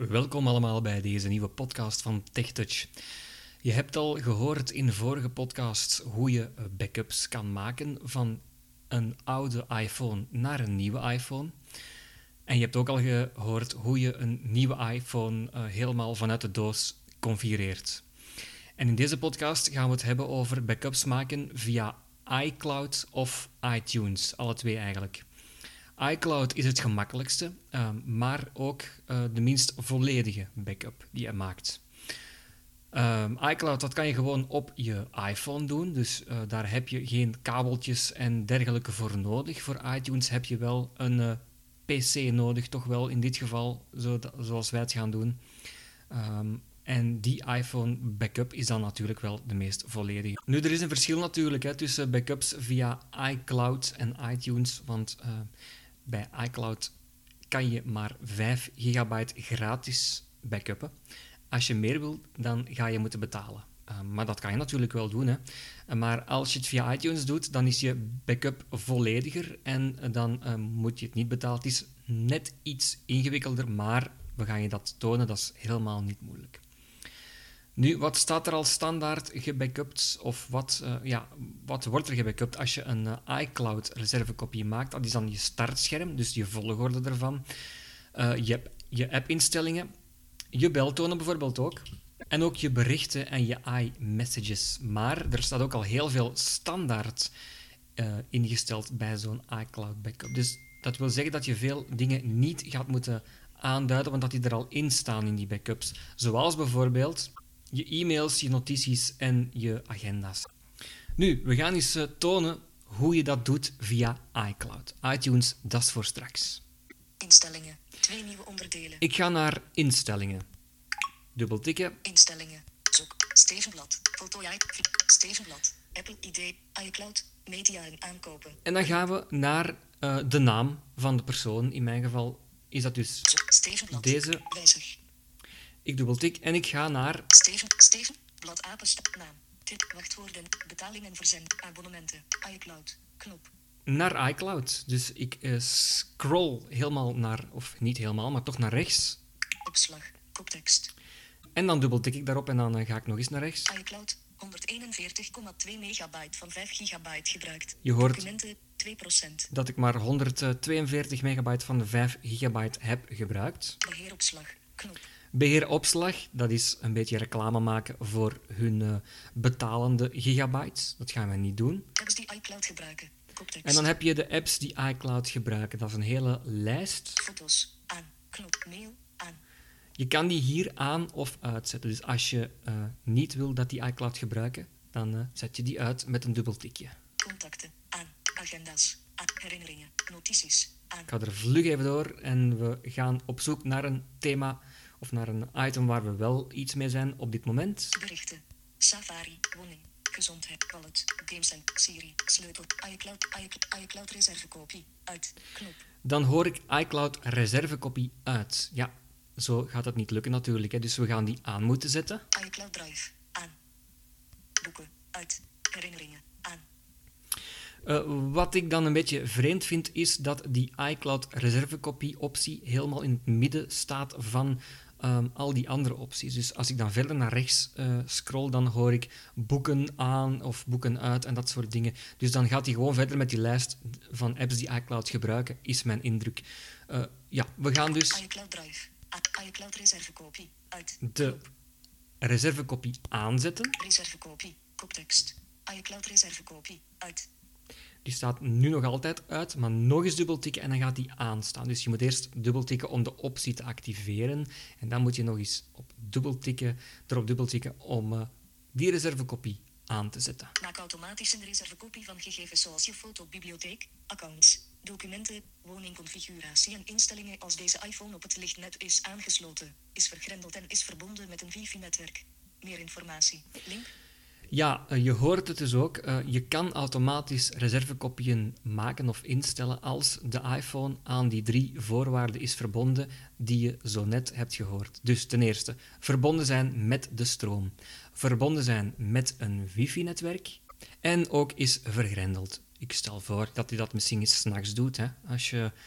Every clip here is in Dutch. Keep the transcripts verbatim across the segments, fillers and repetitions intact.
Welkom allemaal bij deze nieuwe podcast van TechTouch. Je hebt al gehoord in de vorige podcast hoe je backups kan maken van een oude iPhone naar een nieuwe iPhone. En je hebt ook al gehoord hoe je een nieuwe iPhone uh, helemaal vanuit de doos configureert. En in deze podcast gaan we het hebben over backups maken via iCloud of iTunes, alle twee eigenlijk. iCloud is het gemakkelijkste, uh, maar ook uh, de minst volledige backup die je maakt. Uh, iCloud dat kan je gewoon op je iPhone doen, dus uh, daar heb je geen kabeltjes en dergelijke voor nodig. Voor iTunes heb je wel een uh, P C nodig, toch wel in dit geval, zo, zoals wij het gaan doen. Um, En die iPhone backup is dan natuurlijk wel de meest volledige. Nu, er is een verschil natuurlijk hè, tussen backups via iCloud en iTunes, want uh, bij iCloud kan je maar vijf gigabyte gratis backuppen. Als je meer wilt, dan ga je moeten betalen. Uh, maar dat kan je natuurlijk wel doen. Hè. Uh, maar als je het via iTunes doet, dan is je backup vollediger en uh, dan uh, moet je het niet betalen. Het is net iets ingewikkelder, maar we gaan je dat tonen. Dat is helemaal niet moeilijk. Nu, wat staat er al standaard gebackupt? Of wat, uh, ja, wat wordt er gebackupt als je een uh, iCloud reservekopie maakt? Dat is dan je startscherm, dus je volgorde ervan. Uh, je, je app-instellingen, je beltonen bijvoorbeeld ook. En ook je berichten en je iMessages. Maar er staat ook al heel veel standaard uh, ingesteld bij zo'n iCloud backup. Dus dat wil zeggen dat je veel dingen niet gaat moeten aanduiden, want dat die er al in staan in die backups. Zoals bijvoorbeeld je e-mails, je notities en je agenda's. Nu, we gaan eens uh, tonen hoe je dat doet via iCloud. iTunes, dat is voor straks. Instellingen. Twee nieuwe onderdelen. Ik ga naar instellingen. Dubbeltikken. Instellingen. Zoek. Stevenblad. Foto. Stevenblad. Apple I D. iCloud. Media en aankopen. En dan gaan we naar uh, de naam van de persoon. In mijn geval is dat dus Stevenblad. deze. Wijzig. Ik dubbeltik en ik ga naar Steven. Steven. Blad apenstaart. Naam. Tip. Wachtwoorden. Betalingen verzend. Abonnementen. iCloud. Knop. Naar iCloud. Dus ik uh, scroll helemaal naar, of niet helemaal, maar toch naar rechts. Opslag. Koptekst. En dan dubbeltik ik daarop en dan uh, ga ik nog eens naar rechts. iCloud. honderdeenenveertig komma twee megabyte van vijf gigabyte gebruikt. Je hoort Documenten twee procent. dat ik maar honderdtweeënveertig megabyte van de vijf gigabyte heb gebruikt. Beheeropslag. Knop. Beheer opslag, dat is een beetje reclame maken voor hun uh, betalende gigabytes. Dat gaan we niet doen. Apps die iCloud gebruiken. Koptekst. En dan heb je de apps die iCloud gebruiken. Dat is een hele lijst. Foto's. Aan. Knop. Mail. Aan. Je kan die hier aan of uitzetten. Dus als je uh, niet wil dat die iCloud gebruiken, dan uh, zet je die uit met een dubbeltikje. Contacten. Aan. Agenda's. Aan. Herinneringen. Notities. Aan. Ik ga er vlug even door en we gaan op zoek naar een thema of naar een item waar we wel iets mee zijn op dit moment. Berichten. Safari. Woning. Gezondheid. Wallet. Games en Siri. Sleutel. iCloud. iCloud, iCloud reservekopie. Uit. Knop. Dan hoor ik iCloud reservekopie uit. Ja, zo gaat het niet lukken natuurlijk. Hè. Dus we gaan die aan moeten zetten. iCloud Drive. Aan. Boeken. Uit. Herinneringen. Aan. Uh, wat ik dan een beetje vreemd vind, is dat die iCloud reservekopie optie helemaal in het midden staat van um, al die andere opties. Dus als ik dan verder naar rechts uh, scroll, dan hoor ik boeken aan of boeken uit en dat soort dingen. Dus dan gaat hij gewoon verder met die lijst van apps die iCloud gebruiken, is mijn indruk. Uh, ja, we gaan dus iCloud Drive. Aan. iCloud reservekopie. Uit. de reservekopie aanzetten. Reservekopie. Koptekst. iCloud reservekopie. Uit. Die staat nu nog altijd uit, maar nog eens dubbeltikken en dan gaat die aanstaan. Dus je moet eerst dubbeltikken om de optie te activeren. En dan moet je nog eens op dubbeltikken, erop dubbeltikken om uh, die reservekopie aan te zetten. Maak automatisch een reservekopie van gegevens zoals je fotobibliotheek, accounts, documenten, woningconfiguratie en instellingen als deze iPhone op het lichtnet is aangesloten, is vergrendeld en is verbonden met een wifi-netwerk. Meer informatie. Link. Ja, uh, je hoort het dus ook. Uh, je kan automatisch reservekopieën maken of instellen als de iPhone aan die drie voorwaarden is verbonden die je zo net hebt gehoord. Dus ten eerste, verbonden zijn met de stroom. Verbonden zijn met een wifi-netwerk. En ook is vergrendeld. Ik stel voor dat hij dat misschien eens 's nachts doet, hè, als je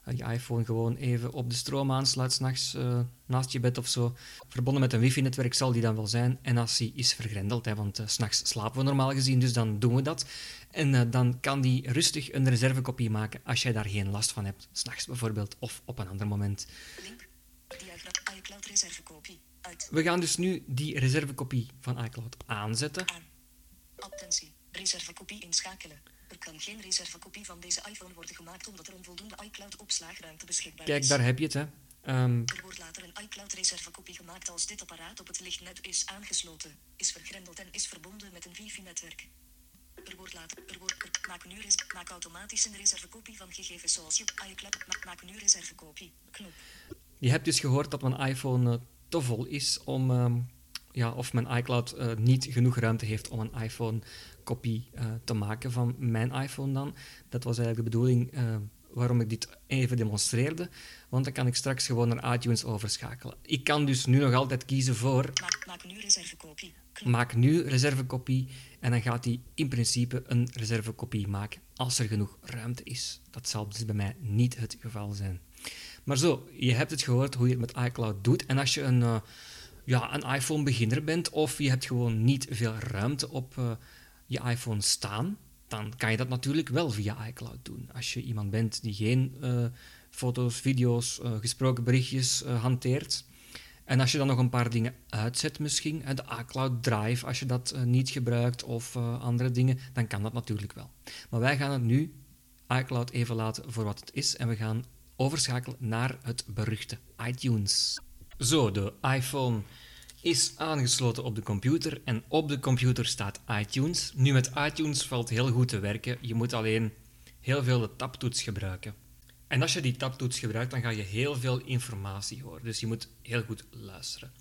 uh, je iPhone gewoon even op de stroom aansluit, 's nachts uh, naast je bed of zo. Verbonden met een wifi-netwerk zal die dan wel zijn. En als die is vergrendeld, hè, want uh, 's nachts slapen we normaal gezien, dus dan doen we dat. En uh, dan kan die rustig een reservekopie maken als jij daar geen last van hebt. 's Nachts bijvoorbeeld, of op een ander moment. Link. Diagram iCloud reservekopie. Uit. We gaan dus nu die reservekopie van iCloud aanzetten. Aan. Attentie. Reservekopie inschakelen. Er kan geen reservekopie van deze iPhone worden gemaakt omdat er onvoldoende iCloud-opslaagruimte beschikbaar Kijk, is. daar heb je het, hè. Um, Er wordt later een iCloud-reservekopie gemaakt als dit apparaat op het lichtnet is aangesloten, is vergrendeld en is verbonden met een wifi-netwerk. Er wordt later... Er wordt, er, maak nu res, maak automatisch een reservekopie van gegevens zoals je iCloud... Maak, maak nu reservekopie. Knop. Je hebt dus gehoord dat mijn iPhone uh, te vol is om... Um, ja, of mijn iCloud uh, niet genoeg ruimte heeft om een iPhone-kopie uh, te maken van mijn iPhone dan. Dat was eigenlijk de bedoeling uh, waarom ik dit even demonstreerde. Want dan kan ik straks gewoon naar iTunes overschakelen. Ik kan dus nu nog altijd kiezen voor... Maak, maak nu reservekopie. Knop. Maak nu reservekopie. En dan gaat hij in principe een reservekopie maken als er genoeg ruimte is. Dat zal dus bij mij niet het geval zijn. Maar zo, je hebt het gehoord hoe je het met iCloud doet. En als je een... Uh, ja, een iPhone-beginner bent of je hebt gewoon niet veel ruimte op uh, je iPhone staan, dan kan je dat natuurlijk wel via iCloud doen. Als je iemand bent die geen uh, foto's, video's, uh, gesproken berichtjes uh, hanteert. En als je dan nog een paar dingen uitzet misschien, uh, de iCloud Drive, als je dat uh, niet gebruikt of uh, andere dingen, dan kan dat natuurlijk wel. Maar wij gaan het nu, iCloud, even laten voor wat het is en we gaan overschakelen naar het beruchte iTunes. Zo, de iPhone is aangesloten op de computer en op de computer staat iTunes. Nu, met iTunes valt heel goed te werken. Je moet alleen heel veel de tabtoets gebruiken. En als je die tabtoets gebruikt, dan ga je heel veel informatie horen. Dus je moet heel goed luisteren.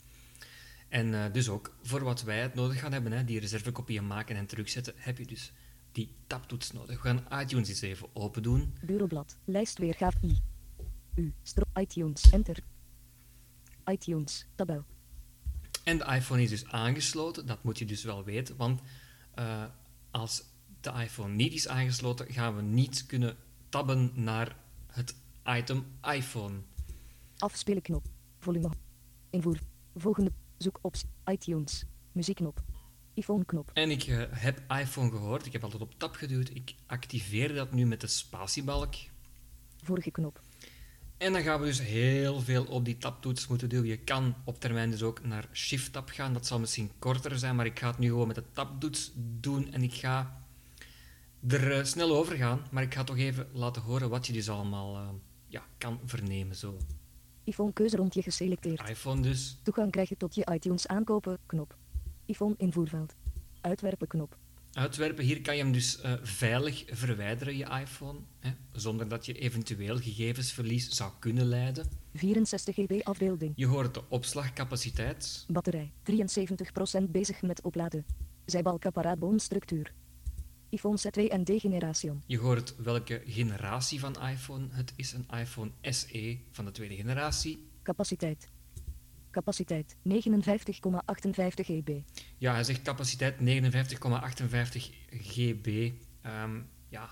En uh, dus ook voor wat wij het nodig gaan hebben, hè, die reservekopieën maken en terugzetten, heb je dus die tabtoets nodig. We gaan iTunes eens even open doen. Bureaublad, lijstweergave I. U, stro, iTunes, enter. iTunes, tabel. En de iPhone is dus aangesloten, dat moet je dus wel weten, want uh, als de iPhone niet is aangesloten, gaan we niet kunnen tabben naar het item iPhone. Afspelenknop, volume, invoer, volgende, zoekoptie, iTunes, muziekknop, iPhone-knop. En ik uh, heb iPhone gehoord, ik heb altijd op tab geduwd, ik activeer dat nu met de spatiebalk. Vorige knop. En dan gaan we dus heel veel op die tabtoets moeten duwen. Je kan op termijn dus ook naar Shift-tab gaan. Dat zal misschien korter zijn, maar ik ga het nu gewoon met de tabtoets doen. En ik ga er uh, snel over gaan, maar ik ga toch even laten horen wat je dus allemaal uh, ja, kan vernemen. Zo. iPhone keuzerondje geselecteerd. iPhone dus. Toegang krijgen tot je iTunes aankopen, knop. iPhone invoerveld. Uitwerpen knop. Uitwerpen, hier kan je hem dus uh, veilig verwijderen, je iPhone, hè, zonder dat je eventueel gegevensverlies zou kunnen lijden. vierenzestig gigabyte afbeelding. Je hoort de opslagcapaciteit. Batterij, drieënzeventig procent bezig met opladen. Zijbalkapparaat boomstructuur. iPhone C twee en D-generatie. Je hoort welke generatie van iPhone. Het is een iPhone S E van de tweede generatie. Capaciteit. Capaciteit negenenvijftig komma achtenvijftig gigabyte. Ja, hij zegt capaciteit negenenvijftig komma achtenvijftig gigabyte. Um, ja,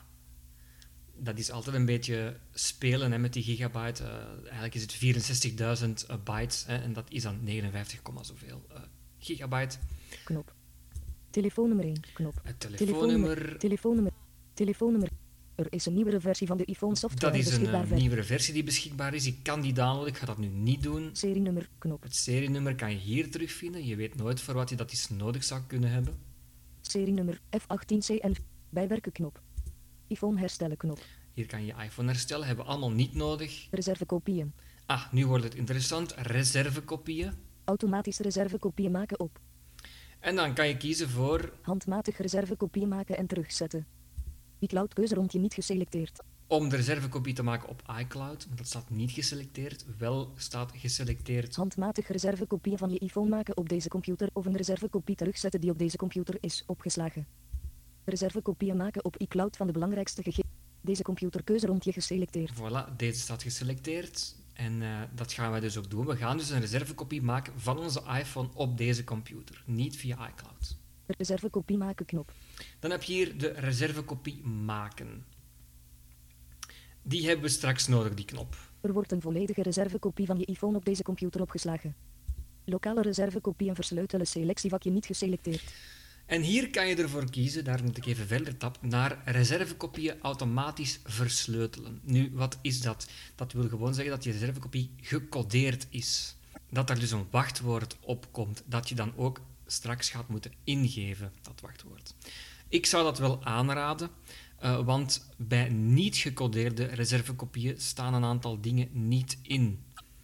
dat is altijd een beetje spelen hè, met die gigabyte. Uh, eigenlijk is het vierenzestigduizend uh, bytes hè, en dat is dan negenenvijftig, zoveel uh, gigabyte. Knop. Telefoonnummer één. Knop. Het telefoonnummer. Telefoonnummer. Telefoonnummer. Telefoonnummer. Er is een nieuwere versie van de iPhone software Dat is een beschikbaar. uh, nieuwere versie die beschikbaar is. Ik kan die downloaden. Ik ga dat nu niet doen. Serienummer. Knop. Het serienummer kan je hier terugvinden. Je weet nooit voor wat je dat eens nodig zou kunnen hebben. Serienummer F achttien C en bijwerken knop. iPhone herstellen knop. Hier kan je iPhone herstellen. Hebben we allemaal niet nodig. Reservekopieën. Ah, nu wordt het interessant. Reservekopieën. Automatisch reservekopieën maken op. En dan kan je kiezen voor... Handmatig reservekopieën maken en terugzetten. iCloud keuzerondje niet geselecteerd. Om de reservekopie te maken op iCloud. Want dat staat niet geselecteerd. Wel staat geselecteerd. Handmatig reservekopieën van je iPhone maken op deze computer of een reservekopie terugzetten die op deze computer is opgeslagen. Reservekopieën maken op iCloud van de belangrijkste gegevens. Deze computer keuzerondje geselecteerd. Voilà, deze staat geselecteerd. En uh, dat gaan wij dus ook doen. We gaan dus een reservekopie maken van onze iPhone op deze computer. Niet via iCloud. Reservekopie maken knop. Dan heb je hier de reservekopie maken. Die hebben we straks nodig, die knop. Er wordt een volledige reservekopie van je iPhone op deze computer opgeslagen. Lokale reservekopie en versleutelen selectievakje niet geselecteerd. En hier kan je ervoor kiezen, daar moet ik even verder tappen, naar reservekopieën automatisch versleutelen. Nu, wat is dat? Dat wil gewoon zeggen dat je reservekopie gecodeerd is. Dat er dus een wachtwoord op komt, dat je dan ook straks gaat moeten ingeven, dat wachtwoord. Ik zou dat wel aanraden, uh, want bij niet gecodeerde reservekopieën staan een aantal dingen niet in.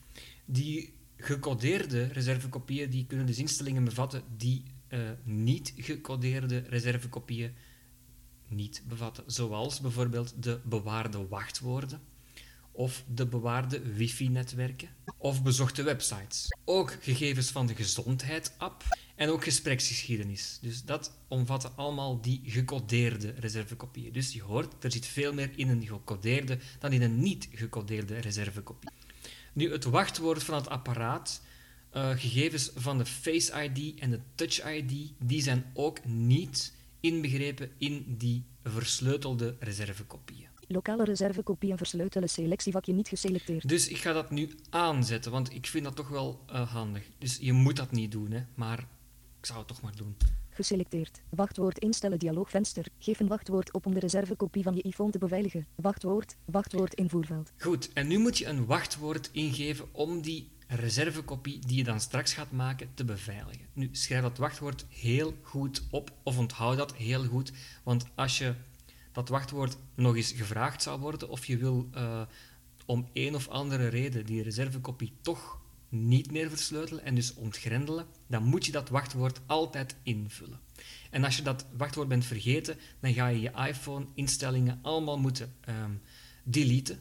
Die gecodeerde reservekopieën die kunnen dus instellingen bevatten die uh, niet gecodeerde reservekopieën niet bevatten. Zoals bijvoorbeeld de bewaarde wachtwoorden, of de bewaarde wifi-netwerken, of bezochte websites. Ook gegevens van de gezondheid-app en ook gespreksgeschiedenis. Dus dat omvatten allemaal die gecodeerde reservekopieën. Dus je hoort, er zit veel meer in een gecodeerde dan in een niet gecodeerde reservekopie. Nu, het wachtwoord van het apparaat, uh, gegevens van de Face I D en de Touch I D, die zijn ook niet inbegrepen in die versleutelde reservekopieën. Lokale reservekopie en versleutelen selectievakje niet geselecteerd. Dus ik ga dat nu aanzetten, want ik vind dat toch wel uh, handig. Dus je moet dat niet doen, hè, maar ik zou het toch maar doen. Geselecteerd. Wachtwoord instellen dialoogvenster. Geef een wachtwoord op om de reservekopie van je iPhone te beveiligen. Wachtwoord. Wachtwoord invoerveld. Goed, en nu moet je een wachtwoord ingeven om die reservekopie die je dan straks gaat maken te beveiligen. Nu, schrijf dat wachtwoord heel goed op of onthoud dat heel goed, want als je dat wachtwoord nog eens gevraagd zou worden of je wil uh, om een of andere reden die reservekopie toch niet meer versleutelen en dus ontgrendelen, dan moet je dat wachtwoord altijd invullen. En als je dat wachtwoord bent vergeten, dan ga je je iPhone-instellingen allemaal moeten um, deleten.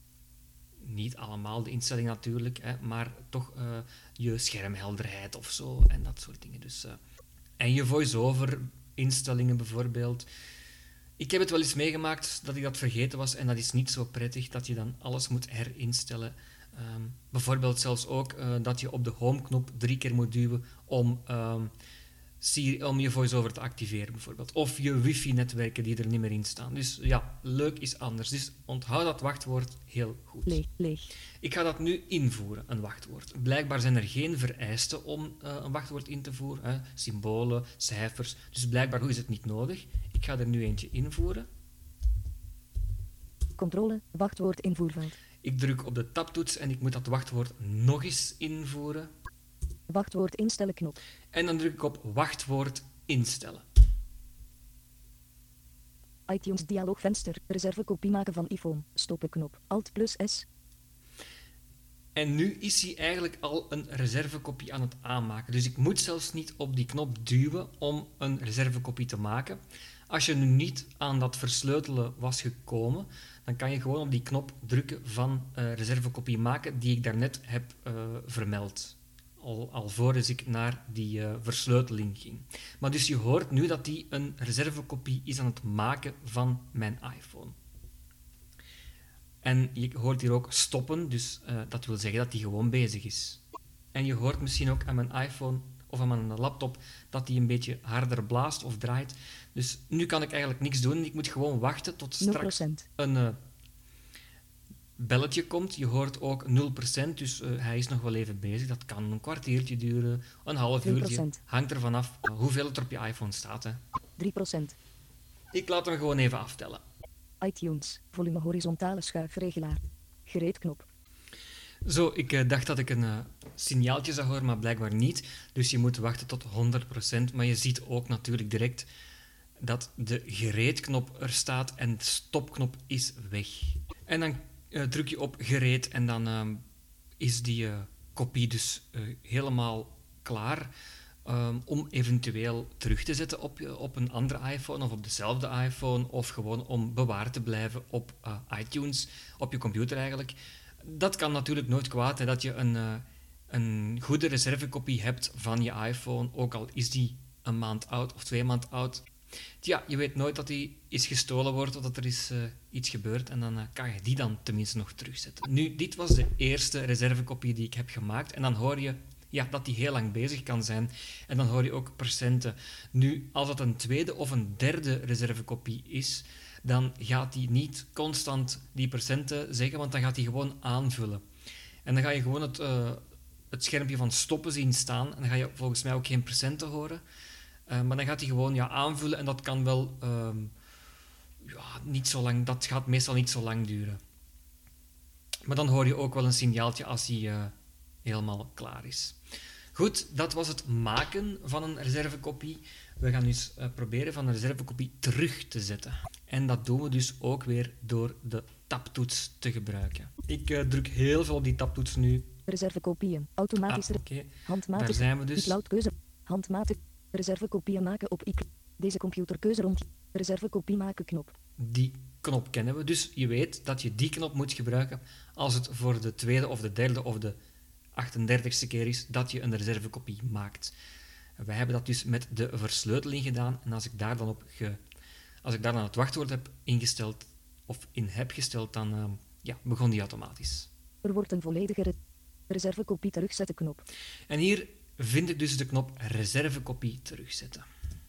Niet allemaal de instellingen natuurlijk, hè, maar toch uh, je schermhelderheid of zo en dat soort dingen. Dus, uh, en je voice-over-instellingen bijvoorbeeld. Ik heb het wel eens meegemaakt dat ik dat vergeten was en dat is niet zo prettig dat je dan alles moet herinstellen. Um, bijvoorbeeld zelfs ook uh, dat je op de home-knop drie keer moet duwen om, um, Siri, om je voice-over te activeren bijvoorbeeld. Of je wifi-netwerken die er niet meer in staan. Dus ja, leuk is anders. Dus onthoud dat wachtwoord heel goed. Leeg, leeg. Ik ga dat nu invoeren, een wachtwoord. Blijkbaar zijn er geen vereisten om uh, een wachtwoord in te voeren. Hè? Symbolen, cijfers. Dus blijkbaar is het niet nodig. Ik ga er nu eentje invoeren. Controle, wachtwoord invoerveld. Ik druk op de tabtoets en ik moet dat wachtwoord nog eens invoeren. Wachtwoord instellen knop. En dan druk ik op wachtwoord instellen. iTunes dialoogvenster. Reservekopie maken van iPhone. Stoppen knop. Alt plus S. En nu is hij eigenlijk al een reservekopie aan het aanmaken. Dus ik moet zelfs niet op die knop duwen om een reservekopie te maken. Als je nu niet aan dat versleutelen was gekomen, dan kan je gewoon op die knop drukken van uh, reservekopie maken die ik daarnet heb uh, vermeld. Al, alvorens ik naar die uh, versleuteling ging. Maar dus je hoort nu dat die een reservekopie is aan het maken van mijn iPhone. En je hoort hier ook stoppen, dus uh, dat wil zeggen dat die gewoon bezig is. En je hoort misschien ook aan mijn iPhone of aan mijn laptop dat die een beetje harder blaast of draait. Dus nu kan ik eigenlijk niks doen. Ik moet gewoon wachten tot straks nul procent. een uh, belletje komt. Je hoort ook nul procent, dus uh, hij is nog wel even bezig. Dat kan een kwartiertje duren, een half twee uurtje. procent. Hangt ervan af uh, hoeveel het er op je iPhone staat. Hè. drie procent. Ik laat hem gewoon even aftellen. iTunes, volume horizontale schuifregelaar. Gereedknop. Zo, ik uh, dacht dat ik een uh, signaaltje zou horen, maar blijkbaar niet. Dus je moet wachten tot honderd procent. Maar je ziet ook natuurlijk direct dat de gereedknop er staat en de stopknop is weg. En dan uh, druk je op gereed en dan uh, is die uh, kopie dus uh, helemaal klaar um, om eventueel terug te zetten op, je, op een andere iPhone of op dezelfde iPhone of gewoon om bewaard te blijven op uh, iTunes, op je computer eigenlijk. Dat kan natuurlijk nooit kwaad, hè, dat je een, uh, een goede reservekopie hebt van je iPhone, ook al is die een maand oud of twee maand oud. Ja, je weet nooit dat die is gestolen wordt of dat er is uh, iets gebeurd en dan uh, kan je die dan tenminste nog terugzetten. Nu, dit was de eerste reservekopie die ik heb gemaakt en dan hoor je ja, dat die heel lang bezig kan zijn en dan hoor je ook procenten. Nu, als het een tweede of een derde reservekopie is, dan gaat hij niet constant die procenten zeggen, want dan gaat hij gewoon aanvullen. En dan ga je gewoon het, uh, het schermpje van stoppen zien staan. En dan ga je volgens mij ook geen procenten horen. Uh, maar dan gaat hij gewoon ja, aanvullen en dat kan wel uh, ja, niet zo lang, dat gaat meestal niet zo lang duren. Maar dan hoor je ook wel een signaaltje als hij uh, helemaal klaar is. Goed, dat was het maken van een reservekopie. We gaan dus uh, proberen van een reservekopie terug te zetten. En dat doen we dus ook weer door de tabtoets te gebruiken. Ik uh, druk heel veel op die tabtoets nu. Reservekopieën. Automatisch. Ah, okay. Handmatig. Daar zijn we dus. iCloud keuze. Handmatig. Reservekopieën maken op iCloud. Deze computerkeuze rond. Reservekopie maken knop. Die knop kennen we. Dus je weet dat je die knop moet gebruiken als het voor de tweede of de derde of de achtendertigste keer is dat je een reservekopie maakt. Wij hebben dat dus met de versleuteling gedaan. En als ik daar dan op ge... als ik daar dan het wachtwoord heb ingesteld of in heb gesteld, dan uh, ja, begon die automatisch. Er wordt een volledige re- reservekopie terugzetten knop. En hier vind ik dus de knop reservekopie terugzetten.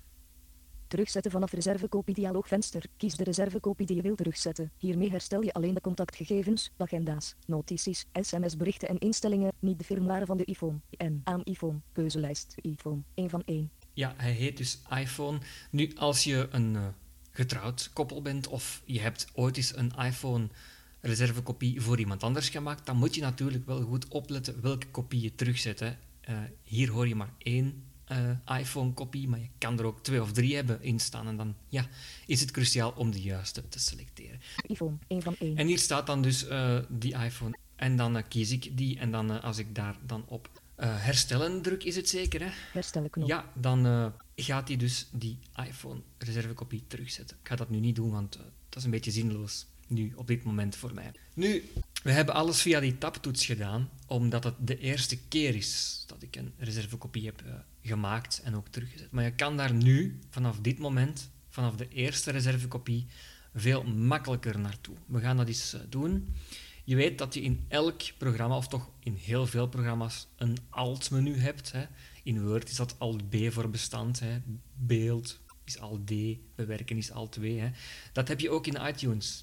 Terugzetten vanaf reservekopie dialoogvenster. Kies de reservekopie die je wilt terugzetten. Hiermee herstel je alleen de contactgegevens, agenda's, notities, sms-berichten en instellingen, niet de firmware van de iPhone. En aan iPhone, keuzelijst, iPhone, één van één. Ja, hij heet dus iPhone. Nu, als je een uh, getrouwd koppel bent of je hebt ooit eens een iPhone reservekopie voor iemand anders gemaakt, dan moet je natuurlijk wel goed opletten welke kopie je terugzet. Hè. Uh, hier hoor je maar één Uh, iPhone-kopie, maar je kan er ook twee of drie hebben in staan. En dan ja, is het cruciaal om de juiste te selecteren. iPhone, één van één. En hier staat dan dus uh, die iPhone. En dan uh, kies ik die. En dan uh, als ik daar dan op uh, herstellen druk, is het zeker, hè? Herstellen knop. Ja, dan uh, gaat hij dus die iPhone-reservekopie terugzetten. Ik ga dat nu niet doen, want uh, dat is een beetje zinloos. Nu, op dit moment voor mij. Nu, we hebben alles via die tabtoets gedaan, omdat het de eerste keer is dat ik een reservekopie heb uh, gemaakt en ook teruggezet. Maar je kan daar nu, vanaf dit moment, vanaf de eerste reservekopie, veel makkelijker naartoe. We gaan dat eens uh, doen. Je weet dat je in elk programma, of toch in heel veel programma's, een Alt-menu hebt. Hè. In Word is dat Alt-B voor bestand. Hè. Beeld is Alt-D, bewerken is Alt-W. Hè. Dat heb je ook in iTunes.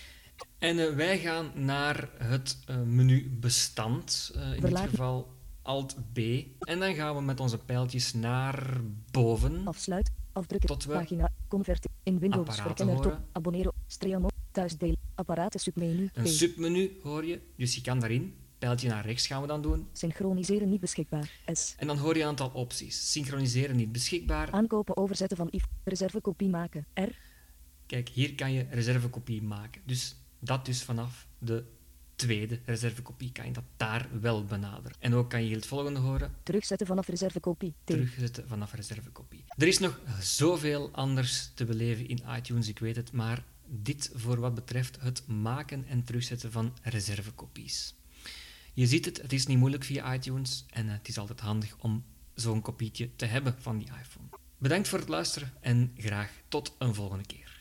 En uh, wij gaan naar het uh, menu bestand, uh, in dit geval Alt-B. En dan gaan we met onze pijltjes naar boven. Afsluit, afdrukken, tot we pagina, converten, in Windows, verkenner top, abonneren, streamen, thuisdelen, apparaten, submenu. Een submenu hoor je, dus je kan daarin. Pijltje naar rechts gaan we dan doen. Synchroniseren niet beschikbaar, S. En dan hoor je een aantal opties. Synchroniseren niet beschikbaar. Aankopen, overzetten van I F, reservekopie maken, R. Kijk, hier kan je reservekopie maken. Dus dat dus vanaf de tweede reservekopie kan je dat daar wel benaderen. En ook kan je het volgende horen. Terugzetten vanaf reservekopie. T. Terugzetten vanaf reservekopie. Er is nog zoveel anders te beleven in iTunes, ik weet het, maar dit voor wat betreft het maken en terugzetten van reservekopies. Je ziet het, het is niet moeilijk via iTunes en het is altijd handig om zo'n kopietje te hebben van die iPhone. Bedankt voor het luisteren en graag tot een volgende keer.